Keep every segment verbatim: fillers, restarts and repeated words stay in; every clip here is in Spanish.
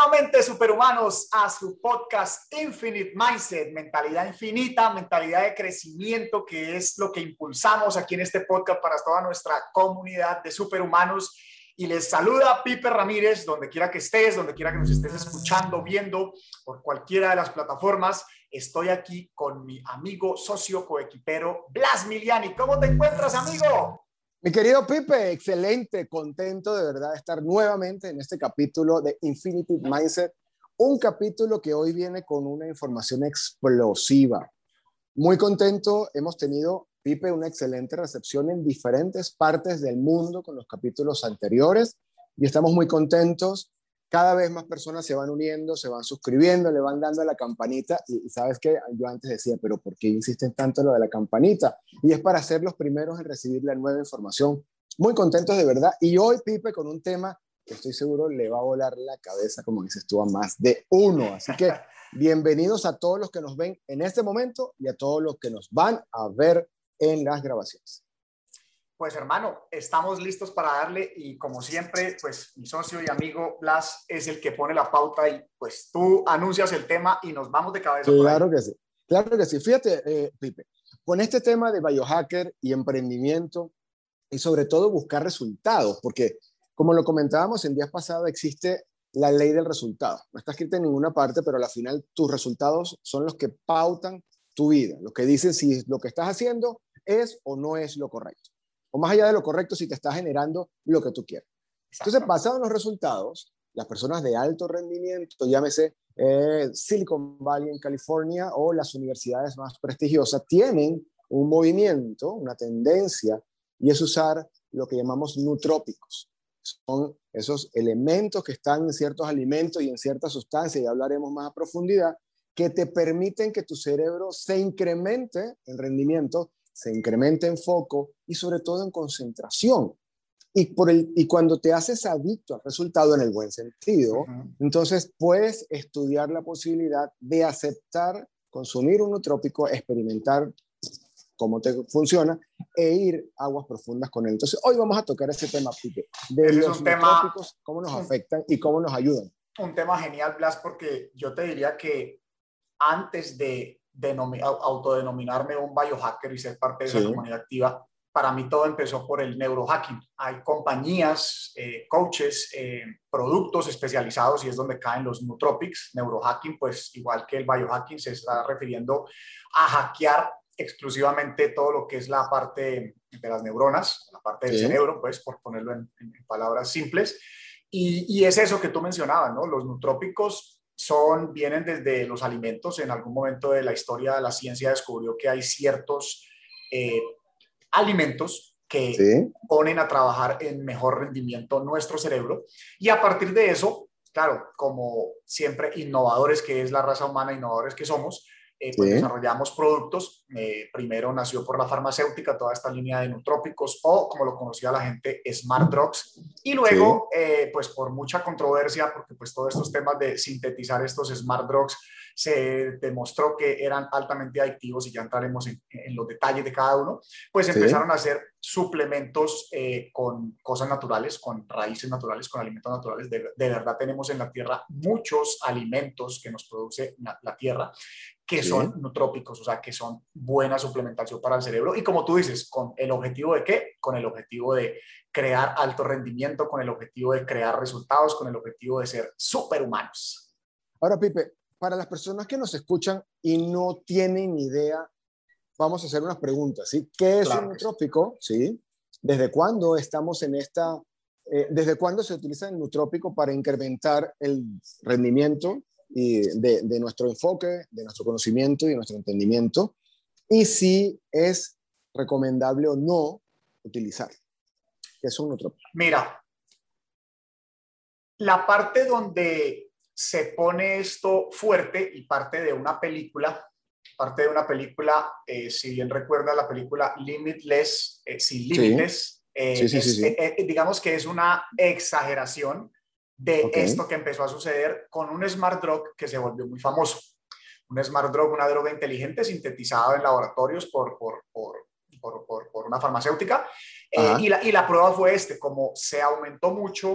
nuevamente, superhumanos, a su podcast Infinite Mindset, mentalidad infinita, mentalidad de crecimiento, que es lo que impulsamos aquí en este podcast para toda nuestra comunidad de superhumanos. Y les saluda Pipe Ramírez, donde quiera que estés, donde quiera que nos estés escuchando, viendo, por cualquiera de las plataformas. Estoy aquí con mi amigo, socio, coequipero, Blas Miliani. ¿Cómo te encuentras, amigo? Mi querido Pipe, excelente, contento de verdad de estar nuevamente en este capítulo de Infinity Mindset, un capítulo que hoy viene con una información explosiva. Muy contento, hemos tenido, Pipe, una excelente recepción en diferentes partes del mundo con los capítulos anteriores y estamos muy contentos. Cada vez más personas se van uniendo, se van suscribiendo, le van dando a la campanita y, y sabes que yo antes decía, pero ¿por qué insisten tanto en lo de la campanita? Y es para ser los primeros en recibir la nueva información. Muy contentos de verdad. Y hoy, Pipe, con un tema que estoy seguro le va a volar la cabeza, como dices tú, a más de uno. Así que bienvenidos a todos los que nos ven en este momento y a todos los que nos van a ver en las grabaciones. Pues hermano, estamos listos para darle y como siempre, pues mi socio y amigo Blas es el que pone la pauta y pues tú anuncias el tema y nos vamos de cabeza. Sí, por claro ahí. que sí, claro que sí. Fíjate, eh, Pipe, con este tema de biohacker y emprendimiento y sobre todo buscar resultados, porque como lo comentábamos en días pasados, existe la ley del resultado. No está escrita en ninguna parte, pero al final tus resultados son los que pautan tu vida, los que dicen si lo que estás haciendo es o no es lo correcto. O más allá de lo correcto, si te está generando lo que tú quieres. Entonces, basado en los resultados, las personas de alto rendimiento, llámese eh, Silicon Valley en California o las universidades más prestigiosas, tienen un movimiento, una tendencia, y es usar lo que llamamos nutrópicos. Son esos elementos que están en ciertos alimentos y en ciertas sustancias, y hablaremos más a profundidad, que te permiten que tu cerebro se incremente en rendimiento, se incrementa en foco y sobre todo en concentración. Y, por el, y cuando te haces adicto al resultado en el buen sentido, uh-huh. entonces puedes estudiar la posibilidad de aceptar, consumir un nutrópico, experimentar cómo te funciona e ir a aguas profundas con él. Entonces hoy vamos a tocar ese tema, Pipe, de ese los es un nutrópicos, tema, cómo nos afectan y cómo nos ayudan. Un tema genial, Blas, porque yo te diría que antes de autodenominarme un biohacker y ser parte de esa sí. comunidad activa, para mí todo empezó por el neurohacking. Hay compañías, eh, coaches, eh, productos especializados y es donde caen los nootropics. Neurohacking, pues igual que el biohacking, se está refiriendo a hackear exclusivamente todo lo que es la parte de las neuronas, la parte del sí. cerebro, pues por ponerlo en, en palabras simples. Y, y es eso que tú mencionabas, ¿no? Los nootrópicos son, vienen desde los alimentos. En algún momento de la historia la ciencia descubrió que hay ciertos eh, alimentos que ¿sí? ponen a trabajar en mejor rendimiento nuestro cerebro y a partir de eso, claro, como siempre innovadores que es la raza humana, innovadores que somos, eh, pues ¿sí? desarrollamos productos. Eh, primero nació por la farmacéutica toda esta línea de nootrópicos o como lo conocía la gente, Smart Drugs, y luego ¿sí? eh, pues por mucha controversia, porque pues todos estos temas de sintetizar estos Smart Drugs se demostró que eran altamente adictivos y ya entraremos en, en los detalles de cada uno, pues empezaron ¿sí? a hacer suplementos eh, con cosas naturales, con raíces naturales, con alimentos naturales. De, de verdad tenemos en la tierra muchos alimentos que nos produce la, la tierra que sí. son nootrópicos, o sea, que son buena suplementación para el cerebro y como tú dices, ¿con el objetivo de qué? Con el objetivo de crear alto rendimiento, con el objetivo de crear resultados, con el objetivo de ser superhumanos. Ahora, Pipe, para las personas que nos escuchan y no tienen idea, vamos a hacer unas preguntas, ¿sí? ¿Qué es claro un nootrópico? Sí. ¿Sí? ¿Desde cuándo estamos en esta, eh, desde cuándo se utiliza el nootrópico para incrementar el rendimiento y de, de nuestro enfoque, de nuestro conocimiento y de nuestro entendimiento? Y si es recomendable o no utilizar. ¿Qué es un nootrópico? Mira, la parte donde se pone esto fuerte y parte de una película, parte de una película, eh, si bien recuerda la película Limitless, eh, Sin Límites, sí. Eh, sí, sí, es, sí, sí. Eh, eh, digamos que es una exageración de okay. esto que empezó a suceder con un Smart Drug que se volvió muy famoso. Un Smart Drug, una droga inteligente sintetizada en laboratorios por, por, por, por, por, por una farmacéutica. Eh, y, la, y la prueba fue este, como se aumentó mucho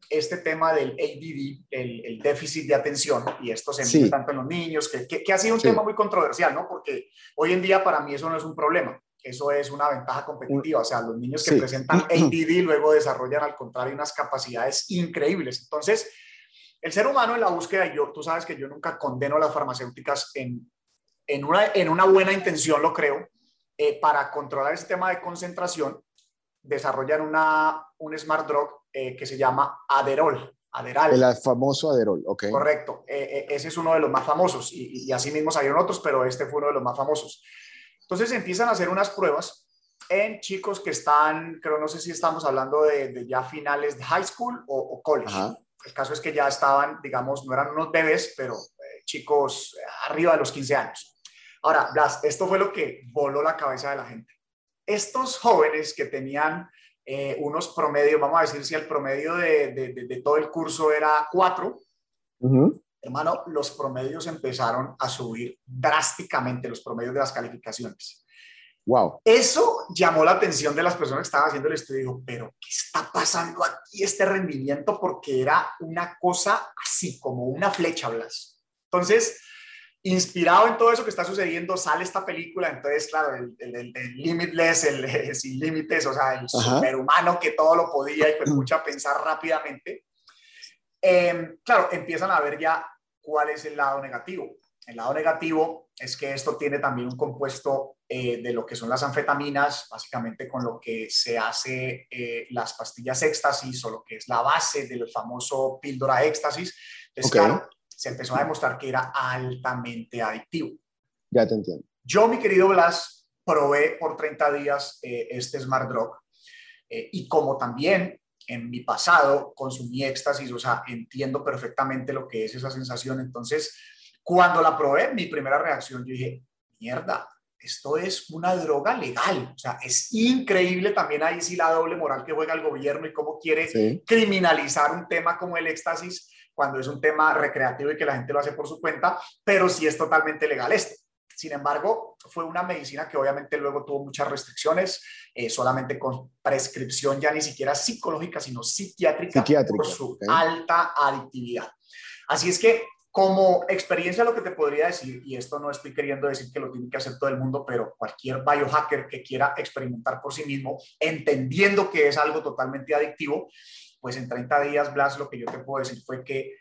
este tema del A D D, el, el déficit de atención, y esto se mide Sí, tanto en los niños, que, que, que ha sido un sí. tema muy controversial, ¿no? Porque hoy en día para mí eso no es un problema, eso es una ventaja Un- competitiva. O sea, los niños que sí. presentan A D D luego desarrollan al contrario unas capacidades increíbles. Entonces, el ser humano en la búsqueda, y yo, tú sabes que yo nunca condeno a las farmacéuticas en, en, una, en una buena intención, lo creo, eh, para controlar ese tema de concentración, desarrollan una, un smart drug eh, que se llama Aderol, El Aderal. famoso Aderol, ok. Correcto, eh, eh, ese es uno de los más famosos y, y así mismo salieron otros, pero este fue uno de los más famosos. Entonces empiezan a hacer unas pruebas en chicos que están, creo, no sé si estamos hablando de, de ya finales de high school o, o college. Ajá. El caso es que ya estaban, digamos, no eran unos bebés, pero eh, chicos arriba de los quince años. Ahora, Blas, esto fue lo que voló la cabeza de la gente. Estos jóvenes que tenían eh, unos promedios, vamos a decir si el promedio de, de, de, de todo el curso era cuatro, Uh-huh. hermano, los promedios empezaron a subir drásticamente, los promedios de las calificaciones. Wow. Eso llamó la atención de las personas que estaban haciendo el estudio. Dijo, pero ¿qué está pasando aquí este rendimiento? Porque era una cosa así, como una flecha, Blas. Entonces, inspirado en todo eso que está sucediendo, sale esta película. Entonces, claro, el, el, el, el Limitless, el, el sin límites, o sea, el Ajá. superhumano que todo lo podía y pues mucha pensar rápidamente. Eh, claro, empiezan a ver ya cuál es el lado negativo. El lado negativo es que esto tiene también un compuesto eh, de lo que son las anfetaminas, básicamente con lo que se hace eh, las pastillas éxtasis o lo que es la base del famoso píldora éxtasis. Entonces, Okay. claro, se empezó a demostrar que era altamente adictivo. Ya te entiendo. Yo, mi querido Blas, probé por treinta días eh, este Smart Drug eh, y como también en mi pasado consumí éxtasis, o sea, entiendo perfectamente lo que es esa sensación. Entonces, cuando la probé, mi primera reacción, yo dije, mierda, esto es una droga legal. O sea, es increíble también ahí sí la doble moral que juega el gobierno y cómo quiere Sí. criminalizar un tema como el éxtasis cuando es un tema recreativo y que la gente lo hace por su cuenta, pero sí es totalmente legal esto. Sin embargo, fue una medicina que obviamente luego tuvo muchas restricciones, eh, solamente con prescripción ya ni siquiera psicológica, sino psiquiátrica, Psiquiátrica. por su Okay. alta adictividad. Así es que, como experiencia, lo que te podría decir, y esto no estoy queriendo decir que lo tiene que hacer todo el mundo, pero cualquier biohacker que quiera experimentar por sí mismo, entendiendo que es algo totalmente adictivo, pues en treinta días, Blas, lo que yo te puedo decir fue que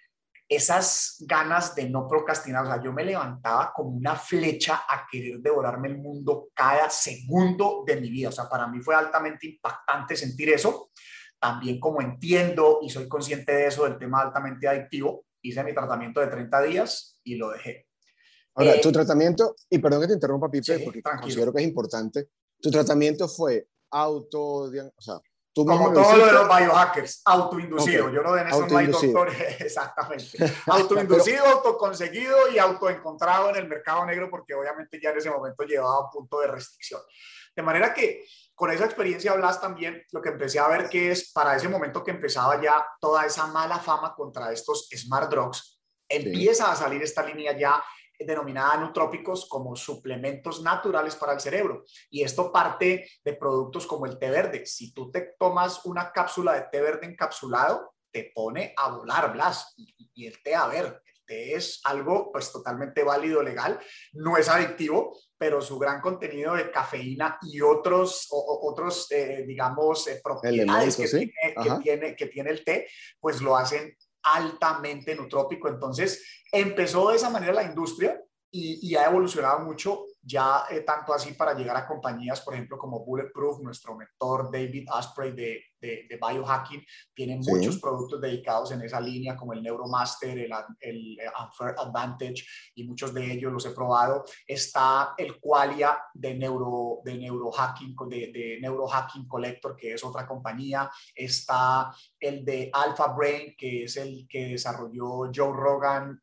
esas ganas de no procrastinar, o sea, yo me levantaba como una flecha a querer devorarme el mundo cada segundo de mi vida. O sea, para mí fue altamente impactante sentir eso. También como entiendo y soy consciente de eso, del tema altamente adictivo, hice mi tratamiento de treinta días y lo dejé. Ahora, Eh, tu tratamiento, y perdón que te interrumpa, Pipe, sí, porque tranquilo. considero que es importante, tu tratamiento fue auto, o sea, tú mismo Como lo todo hiciste. lo de los biohackers, autoinducido. Okay. Yo no, en eso no hay doctor, exactamente. Autoinducido, Pero, autoconseguido y autoencontrado en el mercado negro, porque obviamente ya en ese momento llevaba a un punto de restricción. De manera que con esa experiencia, Blas, también lo que empecé a ver que es para ese momento que empezaba ya toda esa mala fama contra estos smart drugs, empieza sí. a salir esta línea ya denominada nutrópicos como suplementos naturales para el cerebro. Y esto parte de productos como el té verde. Si tú te tomas una cápsula de té verde encapsulado, te pone a volar, Blas. Y, y el té, a ver, el té es algo pues totalmente válido, legal, no es adictivo, pero su gran contenido de cafeína y otros, o, otros eh, digamos, eh, propiedades Elementos, que, ¿sí? tiene, que, tiene, que tiene el té, pues lo hacen altamente nutrópico. Entonces empezó de esa manera la industria y, y ha evolucionado mucho, ya eh, tanto así para llegar a compañías, por ejemplo, como Bulletproof. Nuestro mentor David Asprey de, de, de Biohacking tiene sí. muchos productos dedicados en esa línea, como el Neuromaster, el, el Unfair Advantage, y muchos de ellos los he probado. Está el Qualia de, Neuro, de, Neurohacking, de, de Neurohacking Collector, que es otra compañía. Está el de Alpha Brain, que es el que desarrolló Joe Rogan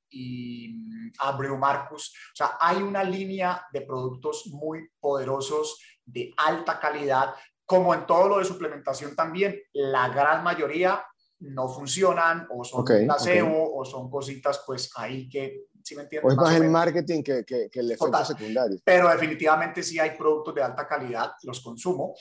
y Abreu Marcus. O sea, hay una línea de productos muy poderosos, de alta calidad. Como en todo lo de suplementación también, la gran mayoría no funcionan o son okay, placebo okay. o son cositas pues ahí que ¿sí me entiendes? O es más, más el marketing que, que, que el efecto Total. secundario. Pero definitivamente sí hay productos de alta calidad, los consumo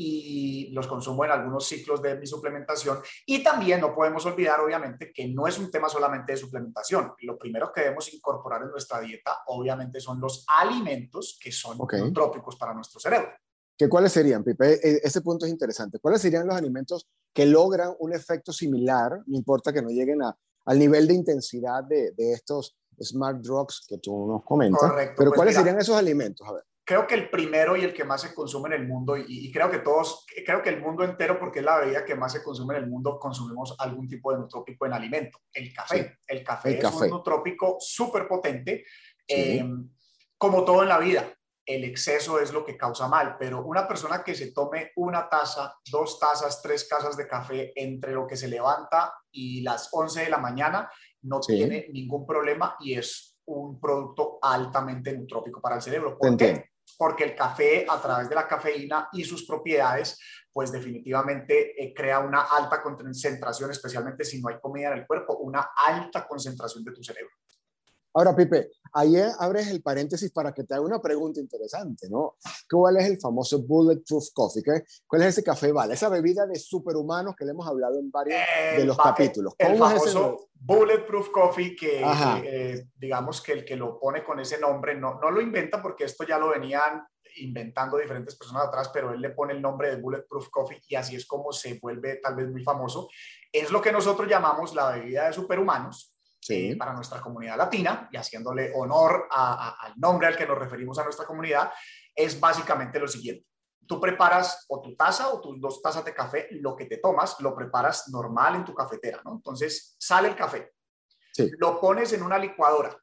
y los consumo en algunos ciclos de mi suplementación. Y también no podemos olvidar, obviamente, que no es un tema solamente de suplementación. Lo primero que debemos incorporar en nuestra dieta, obviamente, son los alimentos que son Okay. nutrópicos para nuestro cerebro. ¿Qué, ¿Cuáles serían, Pipe? Ese punto es interesante. ¿Cuáles serían los alimentos que logran un efecto similar, no importa que no lleguen a, al nivel de intensidad de, de estos smart drugs que tú nos comentas? Correcto. Pero Pues ¿cuáles mira, serían esos alimentos? A ver. Creo que el primero y el que más se consume en el mundo, y, y creo que todos, creo que el mundo entero, porque es la bebida que más se consume en el mundo, consumimos algún tipo de nutrópico en alimento, el café. Sí. El café El es café. un nutrópico súper potente, Sí. eh, como todo en la vida. El exceso es lo que causa mal, pero una persona que se tome una taza, dos tazas, tres tazas de café entre lo que se levanta y las once de la mañana, no Sí. tiene ningún problema y es un producto altamente nutrópico para el cerebro. ¿Por Entiendo. qué? Porque el café, a través de la cafeína y sus propiedades, pues definitivamente eh, crea una alta concentración, especialmente si no hay comida en el cuerpo, una alta concentración de tu cerebro. Ahora, Pipe, ahí abres el paréntesis para que te haga una pregunta interesante, ¿no? ¿Cuál es el famoso Bulletproof Coffee? ¿Qué? ¿Cuál es ese café Bala? Esa bebida de superhumanos que le hemos hablado en varios el, de los capítulos. El, el ¿Cómo famoso es ese? Bulletproof Coffee, que Ajá. eh, digamos que el que lo pone con ese nombre no, no lo inventa, porque esto ya lo venían inventando diferentes personas atrás, pero él le pone el nombre de Bulletproof Coffee y así es como se vuelve tal vez muy famoso. Es lo que nosotros llamamos la bebida de superhumanos. Sí. Eh, para nuestra comunidad latina, y haciéndole honor a, a, al nombre al que nos referimos a nuestra comunidad, es básicamente lo siguiente. Tú preparas o tu taza o tus dos tazas de café, lo que te tomas, lo preparas normal en tu cafetera, ¿no? Entonces sale el café, sí. Lo pones en una licuadora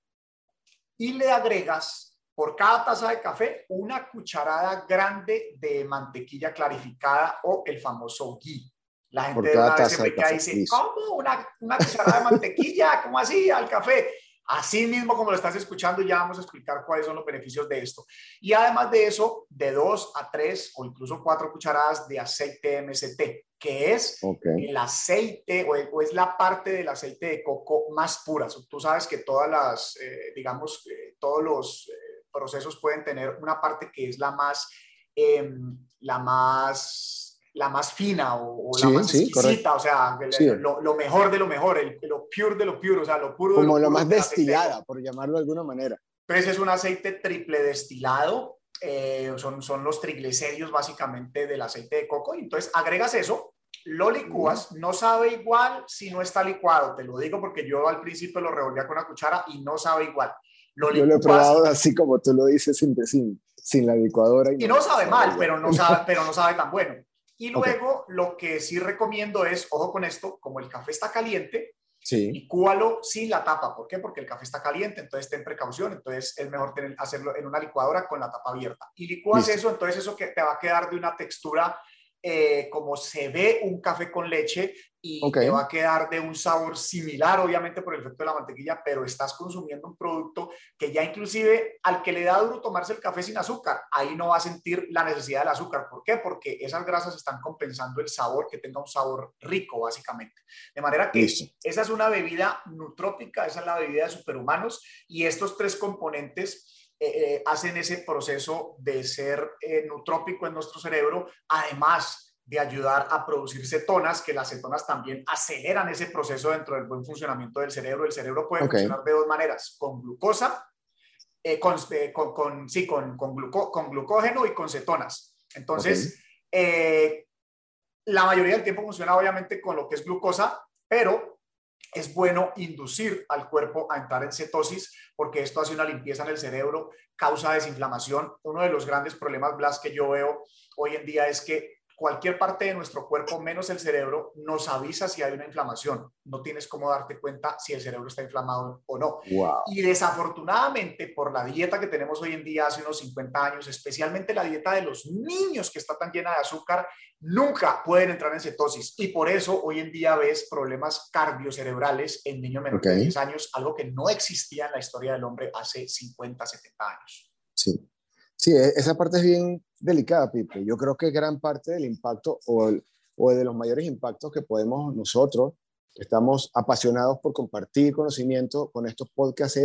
y le agregas por cada taza de café una cucharada grande de mantequilla clarificada o el famoso ghee. La gente de una vez se me queda y dice, ¿cómo? ¿Una, una cucharada de mantequilla? ¿Cómo así? Al café. Así mismo como lo estás escuchando, ya vamos a explicar cuáles son los beneficios de esto. Y además de eso, de dos a tres o incluso cuatro cucharadas de aceite M C T, que es okay. el aceite o, o es la parte del aceite de coco más pura. Tú sabes que todas las, eh, digamos, eh, todos los eh, procesos pueden tener una parte que es la más, eh, la más... la más fina o, o sí, la más sí, exquisita, correcto. O sea, sí. lo, lo mejor de lo mejor, el, lo pure de lo pure, o sea, lo puro de Como lo puro. Como la más destilada, por llamarlo de alguna manera. Entonces es un aceite triple destilado, eh, son, son los triglicéridos básicamente del aceite de coco, y entonces agregas eso, lo licúas, no sabe igual si no está licuado, te lo digo porque yo al principio lo revolvía con una cuchara y no sabe igual. Lo yo lo he probado así como tú lo dices, sin, sin, sin la licuadora. Y, y no, no sabe, sabe mal, pero no sabe, pero no sabe tan bueno. Y luego okay. lo que sí recomiendo es, ojo con esto, como el café está caliente, sí. licúalo sin la tapa. ¿Por qué? Porque el café está caliente, entonces ten precaución. Entonces es mejor tener, hacerlo en una licuadora con la tapa abierta. Y licúas Listo. Eso, entonces eso que te va a quedar de una textura eh, como se ve un café con leche y okay. te va a quedar de un sabor similar, obviamente por el efecto de la mantequilla, pero estás consumiendo un producto que ya inclusive al que le da duro tomarse el café sin azúcar, ahí no va a sentir la necesidad del azúcar. ¿Por qué? Porque esas grasas están compensando el sabor, que tenga un sabor rico básicamente. De manera que Listo. Esa es una bebida nutrópica, esa es la bebida de superhumanos, y estos tres componentes Eh, eh, hacen ese proceso de ser eh, nutrópico en nuestro cerebro, además de ayudar a producir cetonas, que las cetonas también aceleran ese proceso dentro del buen funcionamiento del cerebro. El cerebro puede okay. funcionar de dos maneras, con glucosa, eh, con, eh, con, con, sí, con, con, gluco, con glucógeno y con cetonas. Entonces, okay. eh, la mayoría del tiempo funciona obviamente con lo que es glucosa, pero es bueno inducir al cuerpo a entrar en cetosis porque esto hace una limpieza en el cerebro, causa desinflamación. Uno de los grandes problemas, Blas, que yo veo hoy en día es que cualquier parte de nuestro cuerpo, menos el cerebro, nos avisa si hay una inflamación. No tienes cómo darte cuenta si el cerebro está inflamado o no. Wow. Y desafortunadamente, por la dieta que tenemos hoy en día, hace unos cincuenta años, especialmente la dieta de los niños que está tan llena de azúcar, nunca pueden entrar en cetosis. Y por eso hoy en día ves problemas cardiocerebrales en niños menores okay. de diez años, algo que no existía en la historia del hombre hace cincuenta, setenta años. Sí. Sí, esa parte es bien delicada, Pipe. Yo creo que gran parte del impacto o, el, o de los mayores impactos que podemos nosotros, que estamos apasionados por compartir conocimiento con estos podcasts, es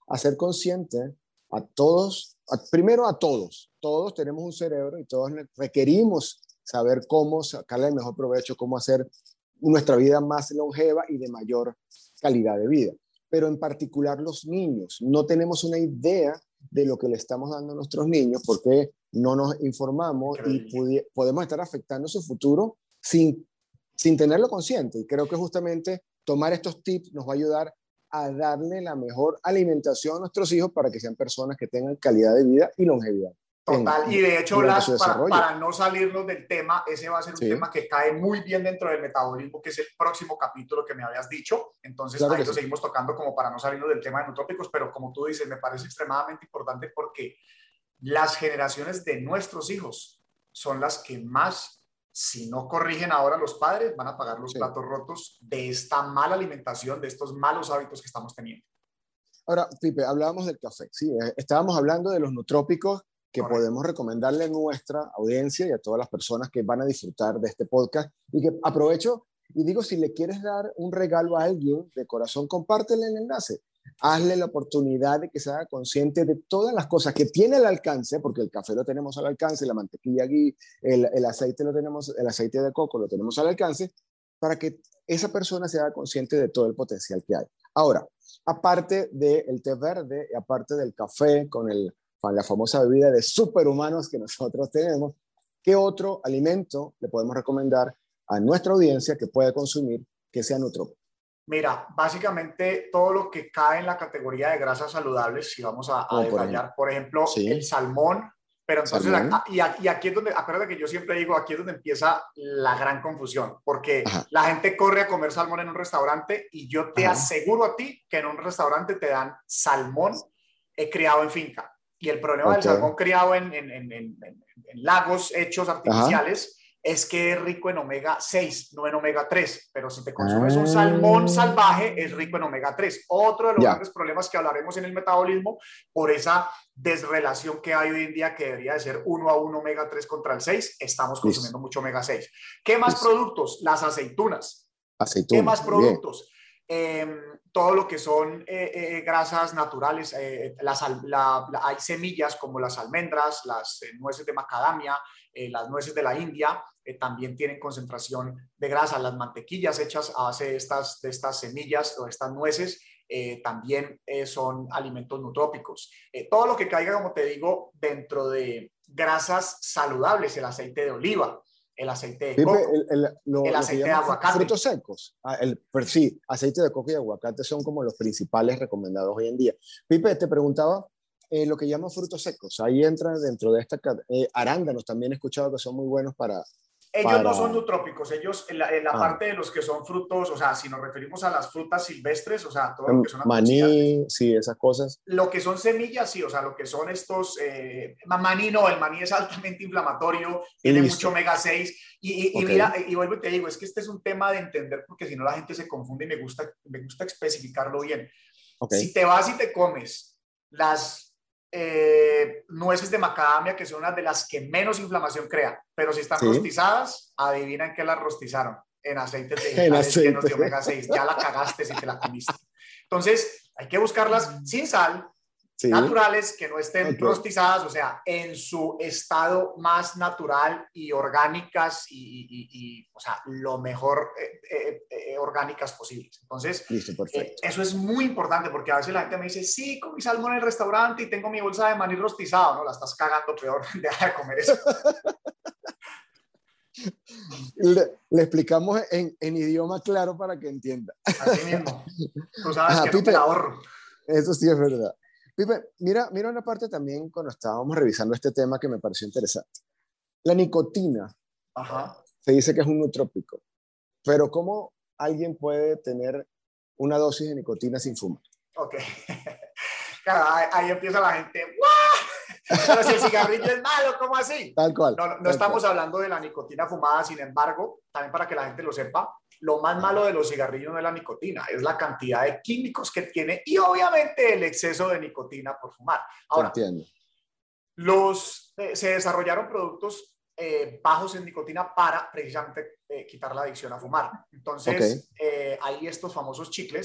hacer consciente a todos, a, primero a todos, todos tenemos un cerebro y todos requerimos saber cómo sacarle el mejor provecho, cómo hacer nuestra vida más longeva y de mayor calidad de vida. Pero en particular los niños, no tenemos una idea de lo que le estamos dando a nuestros niños porque no nos informamos y podemos estar afectando su futuro sin, sin tenerlo consciente. Y creo que justamente tomar estos tips nos va a ayudar a darle la mejor alimentación a nuestros hijos para que sean personas que tengan calidad de vida y longevidad. Total, en, y de hecho, Blas, para, para no salirnos del tema, ese va a ser un sí. tema que cae muy bien dentro del metabolismo, que es el próximo capítulo que me habías dicho. Entonces, claro ahí lo sí. seguimos tocando como para no salirnos del tema de nutrópicos, pero como tú dices, me parece extremadamente importante porque las generaciones de nuestros hijos son las que más, si no corrigen ahora los padres, van a pagar los sí. platos rotos de esta mala alimentación, de estos malos hábitos que estamos teniendo. Ahora, Pipe, hablábamos del café, sí, estábamos hablando de los nutrópicos que Correcto. Podemos recomendarle a nuestra audiencia y a todas las personas que van a disfrutar de este podcast. Y que aprovecho y digo, si le quieres dar un regalo a alguien de corazón, compártele el enlace. Hazle la oportunidad de que se haga consciente de todas las cosas que tiene al alcance, porque el café lo tenemos al alcance, la mantequilla ghee, el, el aceite lo tenemos, el aceite de coco lo tenemos al alcance, para que esa persona se haga consciente de todo el potencial que hay. Ahora, aparte del té verde, aparte del café con el la famosa bebida de superhumanos que nosotros tenemos, ¿qué otro alimento le podemos recomendar a nuestra audiencia que pueda consumir que sea nutrópico? Mira, básicamente todo lo que cae en la categoría de grasas saludables, si vamos a, a detallar, por ejemplo, por ejemplo sí. el salmón, pero entonces, salmón. y aquí es donde, acuérdate que yo siempre digo, aquí es donde empieza la gran confusión, porque Ajá. la gente corre a comer salmón en un restaurante y yo te Ajá. aseguro a ti que en un restaurante te dan salmón eh, criado en finca. Y el problema okay. del salmón criado en, en, en, en, en lagos hechos artificiales Ajá. es que es rico en omega seis, no en omega tres. Pero si te consumes ah. un salmón salvaje, es rico en omega tres. Otro de los ya. grandes problemas que hablaremos en el metabolismo por esa desrelación que hay hoy en día que debería de ser uno a uno omega tres contra el seis. Estamos consumiendo Listo. mucho omega seis. ¿Qué más Listo. productos? Las aceitunas. Aceitunas. ¿Qué más productos? Eh, todo lo que son eh, eh, grasas naturales, eh, las, la, la, hay semillas como las almendras, las eh, nueces de macadamia, eh, las nueces de la India, eh, también tienen concentración de grasa. Las mantequillas hechas a base de estas, de estas semillas o estas nueces eh, también eh, son alimentos nutrópicos. Eh, todo lo que caiga, como te digo, dentro de grasas saludables, el aceite de oliva, el aceite de coco, Pipe, el, el, lo, el aceite de aguacate. Frutos secos. Ah, el, sí, aceite de coco y aguacate son como los principales recomendados hoy en día. Pipe, te preguntaba eh, lo que llaman frutos secos. Ahí entra dentro de esta... Eh, arándanos también he escuchado que son muy buenos para... Ellos para... no son nutrópicos, ellos en la, en la ah. parte de los que son frutos, o sea, si nos referimos a las frutas silvestres, o sea, todo lo que son maní, sí, esas cosas. Lo que son semillas, sí, o sea, lo que son estos, eh, maní no, el maní es altamente inflamatorio, tiene Listo. mucho omega seis, y, y, okay. y mira, y vuelvo y te digo, es que este es un tema de entender, porque si no la gente se confunde y me gusta, me gusta especificarlo bien. Okay. Si te vas y te comes las Eh, nueces de macadamia, que son unas de las que menos inflamación crean, pero si están ¿Sí? rostizadas, adivinan que las rostizaron en aceites vegetales llenos de omega seis. Ya la cagaste si te la comiste. Entonces, hay que buscarlas sin sal, ¿Sí? naturales, que no estén okay. rostizadas, o sea, en su estado más natural y orgánicas y, y, y o sea, lo mejor eh, eh, eh, orgánicas posibles. Entonces, Listo, eh, eso es muy importante porque a veces la gente me dice, sí, comí salmón en el restaurante y tengo mi bolsa de maní rostizado. No, la estás cagando peor, deja de comer eso. Le, le explicamos en, en idioma claro para que entienda. Así mismo. Tú sabes Ajá, que no Pipe, me la ahorro. Eso sí es verdad. Pipe, mira, mira una parte también cuando estábamos revisando este tema que me pareció interesante. La nicotina. Ajá. Se dice que es un nutrópico, pero ¿cómo alguien puede tener una dosis de nicotina sin fumar? Ok. Claro, ahí, ahí empieza la gente, ¡guau! Pero si el cigarrillo es malo, ¿cómo así? Tal cual. No, no, no tal estamos cual. hablando de la nicotina fumada, sin embargo, también para que la gente lo sepa, lo más malo de los cigarrillos no es la nicotina, es la cantidad de químicos que tiene y obviamente el exceso de nicotina por fumar. Ahora, Entiendo. Los, eh, se desarrollaron productos eh, bajos en nicotina para precisamente eh, quitar la adicción a fumar. Entonces, okay. eh, hay estos famosos chicles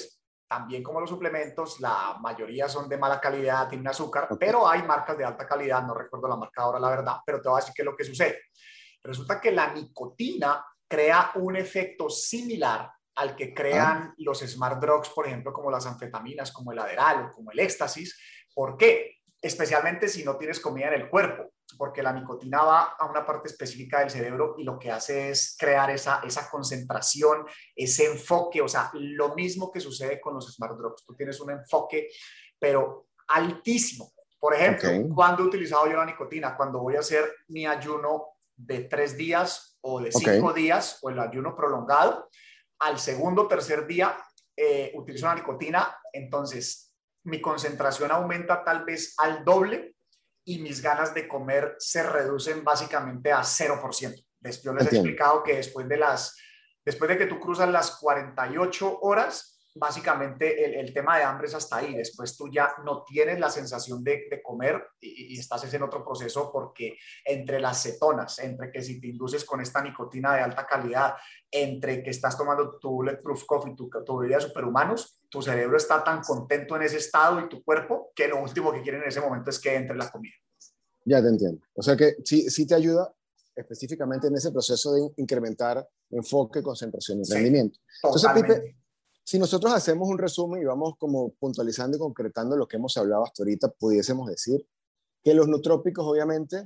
también como los suplementos, la mayoría son de mala calidad, tienen azúcar, Okay. pero hay marcas de alta calidad, no recuerdo la marca ahora, la verdad, pero te voy a decir qué es lo que sucede. Resulta que la nicotina crea un efecto similar al que crean ah. los smart drugs, por ejemplo, como las anfetaminas, como el Adderall o como el éxtasis. ¿Por qué? Especialmente si no tienes comida en el cuerpo, porque la nicotina va a una parte específica del cerebro y lo que hace es crear esa, esa concentración, ese enfoque, o sea, lo mismo que sucede con los smart drugs. Tú tienes un enfoque, pero altísimo. Por ejemplo, okay. ¿cuándo he utilizado yo la nicotina? Cuando voy a hacer mi ayuno de tres días o de cinco okay. días o el ayuno prolongado. Al segundo o tercer día eh, utilizo la nicotina, entonces mi concentración aumenta tal vez al doble y mis ganas de comer se reducen básicamente a cero por ciento. Yo les he explicado que después de, las, después de que tú cruzas las cuarenta y ocho horas, básicamente el, el tema de hambre es hasta ahí. Después tú ya no tienes la sensación de, de comer y, y estás en otro proceso porque entre las cetonas, entre que si te induces con esta nicotina de alta calidad, entre que estás tomando tu Bulletproof Coffee, tu, tu bebida de superhumanos, tu cerebro está tan contento en ese estado y tu cuerpo que lo último que quieren en ese momento es que entre la comida. Ya te entiendo. O sea que sí, sí te ayuda específicamente en ese proceso de incrementar enfoque, concentración y sí, rendimiento. Entonces, Pipe, si nosotros hacemos un resumen y vamos como puntualizando y concretando lo que hemos hablado hasta ahorita, pudiésemos decir que los nootrópicos, obviamente,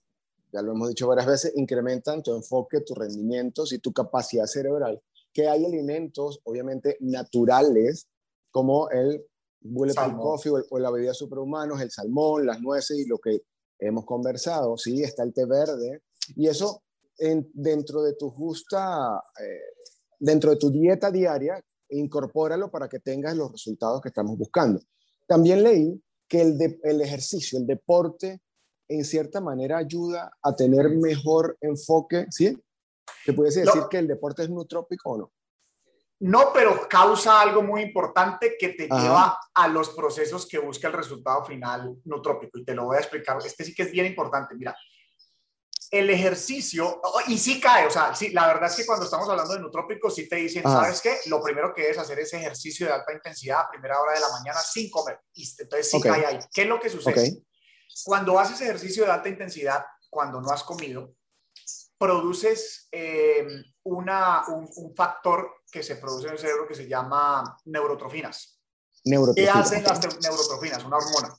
ya lo hemos dicho varias veces, incrementan tu enfoque, tus rendimientos y tu capacidad cerebral. Que hay alimentos, obviamente, naturales, como el Bulletproof Coffee o, o la bebida superhumanos, el salmón, las nueces y lo que hemos conversado, ¿sí? Está el té verde. Y eso, en, dentro de tu justa, eh, dentro de tu dieta diaria, incorpóralo para que tengas los resultados que estamos buscando. También leí que el, de, el ejercicio, el deporte, en cierta manera ayuda a tener mejor enfoque, ¿sí? ¿Te pudiese decir no, que el deporte es nootrópico o no? No, pero causa algo muy importante que te Ajá. lleva a los procesos que busca el resultado final nootrópico. Y te lo voy a explicar. Este sí que es bien importante. Mira, el ejercicio, y sí cae, o sea, sí, la verdad es que cuando estamos hablando de nootrópicos, sí te dicen, Ajá. ¿sabes qué? Lo primero que debes hacer es ejercicio de alta intensidad a primera hora de la mañana sin comer. Y entonces sí okay. cae ahí. ¿Qué es lo que sucede? Okay. Cuando haces ejercicio de alta intensidad, cuando no has comido, produces eh, una, un, un factor que se produce en el cerebro que se llama neurotrofinas. Neurotrofinas. ¿Qué hacen las neurotrofinas? Una hormona.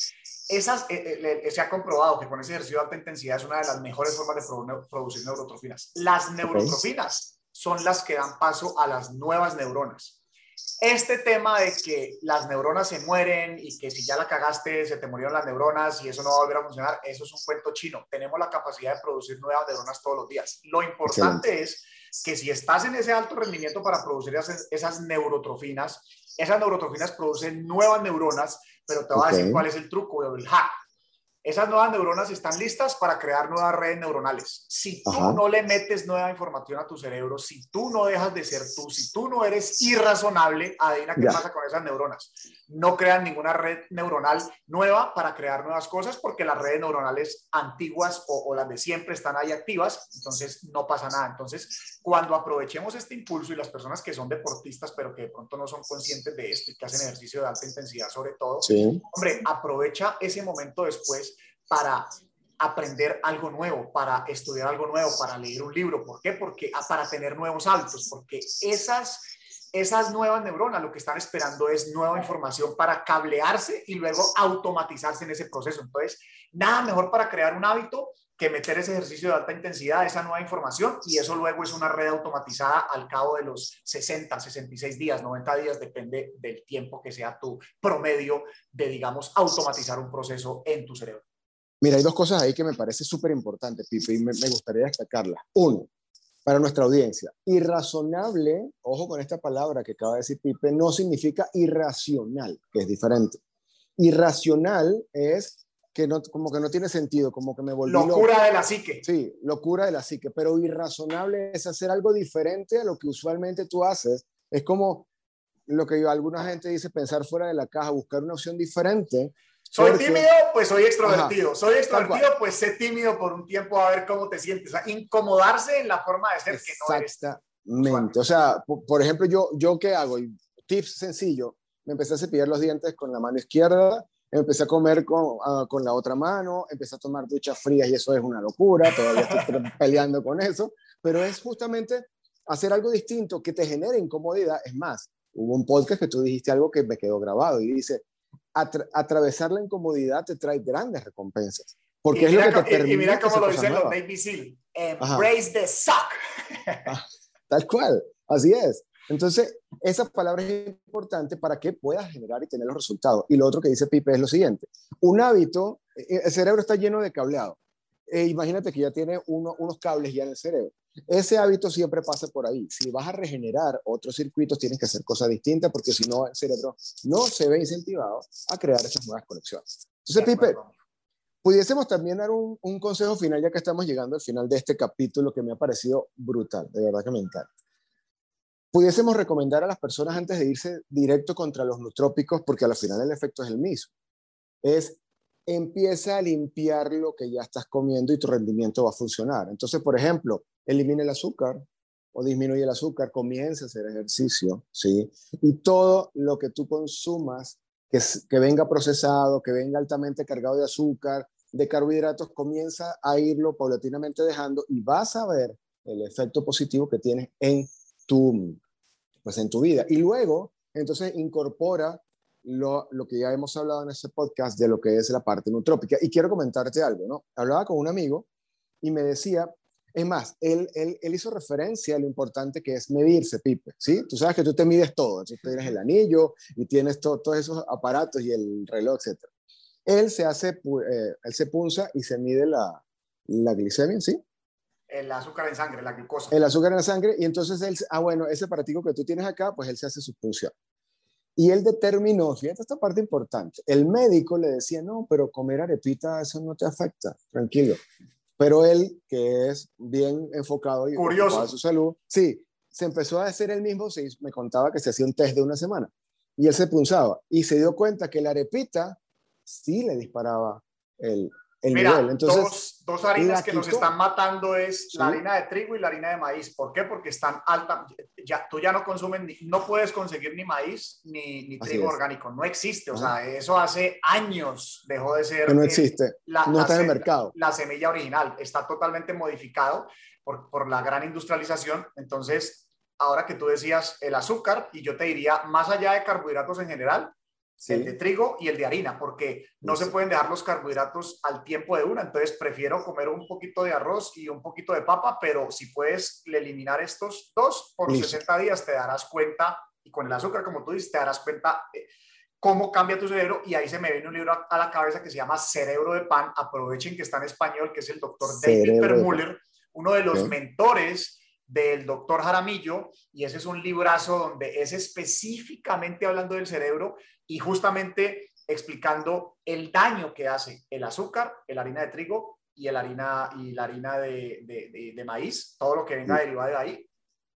Esas, eh, eh, se ha comprobado que con ese ejercicio de alta intensidad es una de las mejores formas de pro, producir neurotrofinas. Las neurotrofinas okay. son las que dan paso a las nuevas neuronas. Este tema de que las neuronas se mueren y que si ya la cagaste se te murieron las neuronas y eso no va a volver a funcionar, eso es un cuento chino. Tenemos la capacidad de producir nuevas neuronas todos los días. Lo importante Excelente. es que si estás en ese alto rendimiento para producir esas, esas neurotrofinas, esas neurotrofinas producen nuevas neuronas, pero te voy okay. a decir cuál es el truco o el hack. Esas nuevas neuronas están listas para crear nuevas redes neuronales. Si tú Ajá. no le metes nueva información a tu cerebro, si tú no dejas de ser tú, si tú no eres irrazonable, adivina qué ya. pasa con esas neuronas. No crean ninguna red neuronal nueva para crear nuevas cosas porque las redes neuronales antiguas o, o las de siempre están ahí activas, entonces no pasa nada. Entonces, cuando aprovechemos este impulso y las personas que son deportistas pero que de pronto no son conscientes de esto y que hacen ejercicio de alta intensidad sobre todo, sí. hombre, aprovecha ese momento después para aprender algo nuevo, para estudiar algo nuevo, para leer un libro. ¿Por qué? Porque ah, para tener nuevos hábitos, porque esas, esas nuevas neuronas lo que están esperando es nueva información para cablearse y luego automatizarse en ese proceso. Entonces, nada mejor para crear un hábito que meter ese ejercicio de alta intensidad, esa nueva información, y eso luego es una red automatizada al cabo de los sesenta, sesenta y seis días, noventa días, depende del tiempo que sea tu promedio de, digamos, automatizar un proceso en tu cerebro. Mira, hay dos cosas ahí que me parece súper importantes, Pipe, y me, me gustaría destacarlas. Uno, para nuestra audiencia, irrazonable, ojo con esta palabra que acaba de decir Pipe, no significa irracional, que es diferente. Irracional es que no, como que no tiene sentido, como que me volví locura loco. de la psique. Sí, locura de la psique, pero irrazonable es hacer algo diferente a lo que usualmente tú haces. Es como lo que yo, alguna gente dice, pensar fuera de la caja, buscar una opción diferente. Soy porque... tímido, pues soy extrovertido. Ajá, soy extrovertido, pues sé tímido por un tiempo a ver cómo te sientes. O sea, incomodarse en la forma de ser que no eres. Exactamente. O sea, por, por ejemplo, yo, yo ¿qué hago? Y tips sencillo. Me empecé a cepillar los dientes con la mano izquierda, empecé a comer con, uh, con la otra mano, empecé a tomar duchas frías y eso es una locura, todavía estoy peleando con eso, pero es justamente hacer algo distinto que te genere incomodidad. Es más, hubo un podcast que tú dijiste algo que me quedó grabado y dice, Atra atravesar la incomodidad te trae grandes recompensas. Porque y es mira, lo que te permite. Y mira cómo lo dicen nuevas. los Navy SEAL. Embrace the suck. Ah, tal cual, así es. Entonces, esa palabra es importante para que puedas generar y tener los resultados. Y lo otro que dice Pipe es lo siguiente. Un hábito, el cerebro está lleno de cableado. Eh, imagínate que ya tiene uno, unos cables ya en el cerebro. Ese hábito siempre pasa por ahí. Si vas a regenerar otros circuitos, tienes que hacer cosas distintas porque si no, el cerebro no se ve incentivado a crear esas nuevas conexiones. Entonces, Pipe, pudiésemos también dar un, un consejo final, ya que estamos llegando al final de este capítulo que me ha parecido brutal, de verdad que me encanta. Pudiésemos recomendar a las personas antes de irse directo contra los nootrópicos, porque al final el efecto es el mismo. Es empieza a limpiar lo que ya estás comiendo y tu rendimiento va a funcionar. Entonces, por ejemplo, elimina el azúcar o disminuye el azúcar, comienza a hacer ejercicio, ¿sí? Y todo lo que tú consumas que, que venga procesado, que venga altamente cargado de azúcar, de carbohidratos, comienza a irlo paulatinamente dejando y vas a ver el efecto positivo que tienes en tu, pues en tu vida. Y luego, entonces, incorpora Lo, lo que ya hemos hablado en este podcast de lo que es la parte nootrópica. Y quiero comentarte algo, ¿no? Hablaba con un amigo y me decía, es más, él, él, él hizo referencia a lo importante que es medirse, Pipe, ¿sí? Tú sabes que tú te mides todo, tú tienes el anillo y tienes to, todos esos aparatos y el reloj, etcétera. Él se hace, eh, él se punza y se mide la, la glicemia, ¿sí? El azúcar en sangre, la glucosa. El azúcar en la sangre, y entonces él, ah, bueno, ese aparatico que tú tienes acá, pues él se hace su punción. Y él determinó, fíjate esta parte importante, el médico le decía, no, pero comer arepita, eso no te afecta, tranquilo. Pero él, que es bien enfocado y curioso de su salud, sí, se empezó a hacer él mismo, se, me contaba que se hacía un test de una semana, y él se punzaba, y se dio cuenta que la arepita sí le disparaba el, el Mira, nivel. Entonces, dos, dos harinas que nos están matando es ¿sí? La harina de trigo y la harina de maíz. ¿Por qué? Porque están altas. Ya, tú ya no consumes, ni, no puedes conseguir ni maíz ni, ni trigo orgánico. No existe. O Ajá. sea, eso hace años dejó de ser. Que no existe. Eh, la, no la, está en el mercado. La, la semilla original. Está totalmente modificado por, por la gran industrialización. Entonces, ahora que tú decías el azúcar, y yo te diría, más allá de carbohidratos en general, sí. El de trigo y el de harina, porque no sí. se pueden dejar los carbohidratos al tiempo de una, entonces prefiero comer un poquito de arroz y un poquito de papa, pero si puedes eliminar estos dos por Listo. sesenta días te darás cuenta, y con el azúcar como tú dices, te darás cuenta eh, cómo cambia tu cerebro, y ahí se me viene un libro a, a la cabeza que se llama Cerebro de Pan, aprovechen que está en español, que es el doctor David Permuller, uno de los sí. mentores del doctor Jaramillo, y ese es un librazo donde es específicamente hablando del cerebro y justamente explicando el daño que hace el azúcar, la harina de trigo y, el harina, y la harina de, de, de, de maíz, todo lo que venga sí. derivado de ahí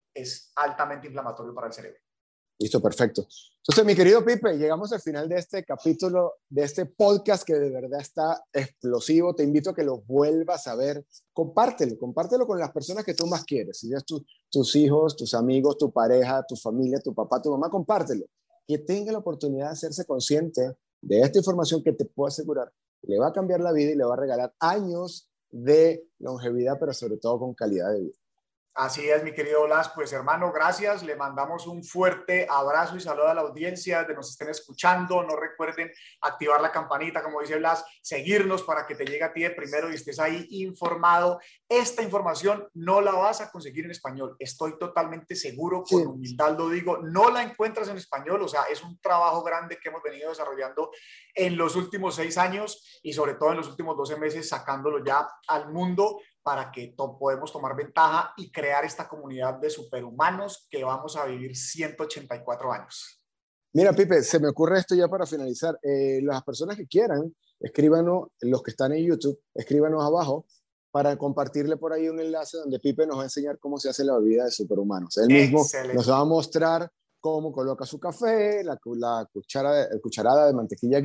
es altamente inflamatorio para el cerebro. Listo, perfecto. Entonces, mi querido Pipe, llegamos al final de este capítulo, de este podcast que de verdad está explosivo. Te invito a que lo vuelvas a ver. Compártelo, compártelo con las personas que tú más quieres. Si es tu, tus hijos, tus amigos, tu pareja, tu familia, tu papá, tu mamá, compártelo. Que tenga la oportunidad de hacerse consciente de esta información que te puedo asegurar le va a cambiar la vida y le va a regalar años de longevidad, pero sobre todo con calidad de vida. Así es, mi querido Blas. Pues hermano, gracias. Le mandamos un fuerte abrazo y saludo a la audiencia de nos estén escuchando. No recuerden activar la campanita, como dice Blas, seguirnos para que te llegue a ti de primero y estés ahí informado. Esta información no la vas a conseguir en español. Estoy totalmente seguro, con sí. humildad lo digo, no la encuentras en español. O sea, es un trabajo grande que hemos venido desarrollando en los últimos seis años y sobre todo en los últimos doce meses, sacándolo ya al mundo, para que to podemos tomar ventaja y crear esta comunidad de superhumanos que vamos a vivir ciento ochenta y cuatro años. Mira, Pipe, se me ocurre esto ya para finalizar. Eh, las personas que quieran, escríbanos, los que están en YouTube, escríbanos abajo para compartirle por ahí un enlace donde Pipe nos va a enseñar cómo se hace la bebida de superhumanos. Él mismo Excelente. Nos va a mostrar cómo coloca su café, la, la cuchara, cucharada de mantequilla ghee,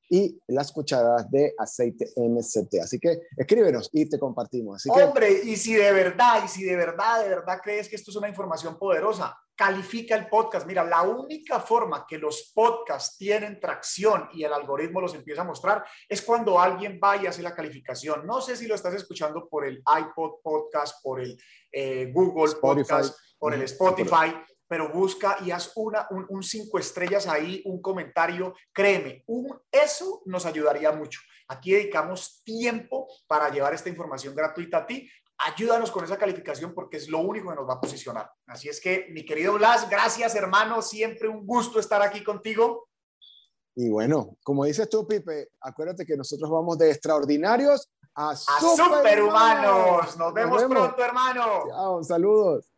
y las cucharadas de aceite M C T. Así que escríbenos y te compartimos. Así Hombre, que, y si de verdad, y si de verdad, de verdad crees que esto es una información poderosa, califica el podcast. Mira, la única forma que los podcasts tienen tracción y el algoritmo los empieza a mostrar es cuando alguien va y hace la calificación. No sé si lo estás escuchando por el iPod Podcast, por el eh, Google Spotify. Podcast, por el Spotify, pero busca y haz una, un, un cinco estrellas ahí, un comentario. Créeme, un, eso nos ayudaría mucho. Aquí dedicamos tiempo para llevar esta información gratuita a ti. Ayúdanos con esa calificación porque es lo único que nos va a posicionar. Así es que, mi querido Blas, gracias, hermano. Siempre un gusto estar aquí contigo. Y bueno, como dices tú, Pipe, acuérdate que nosotros vamos de extraordinarios a, a superhumanos. Nos, Nos vemos, vemos pronto, hermano. Chao, saludos.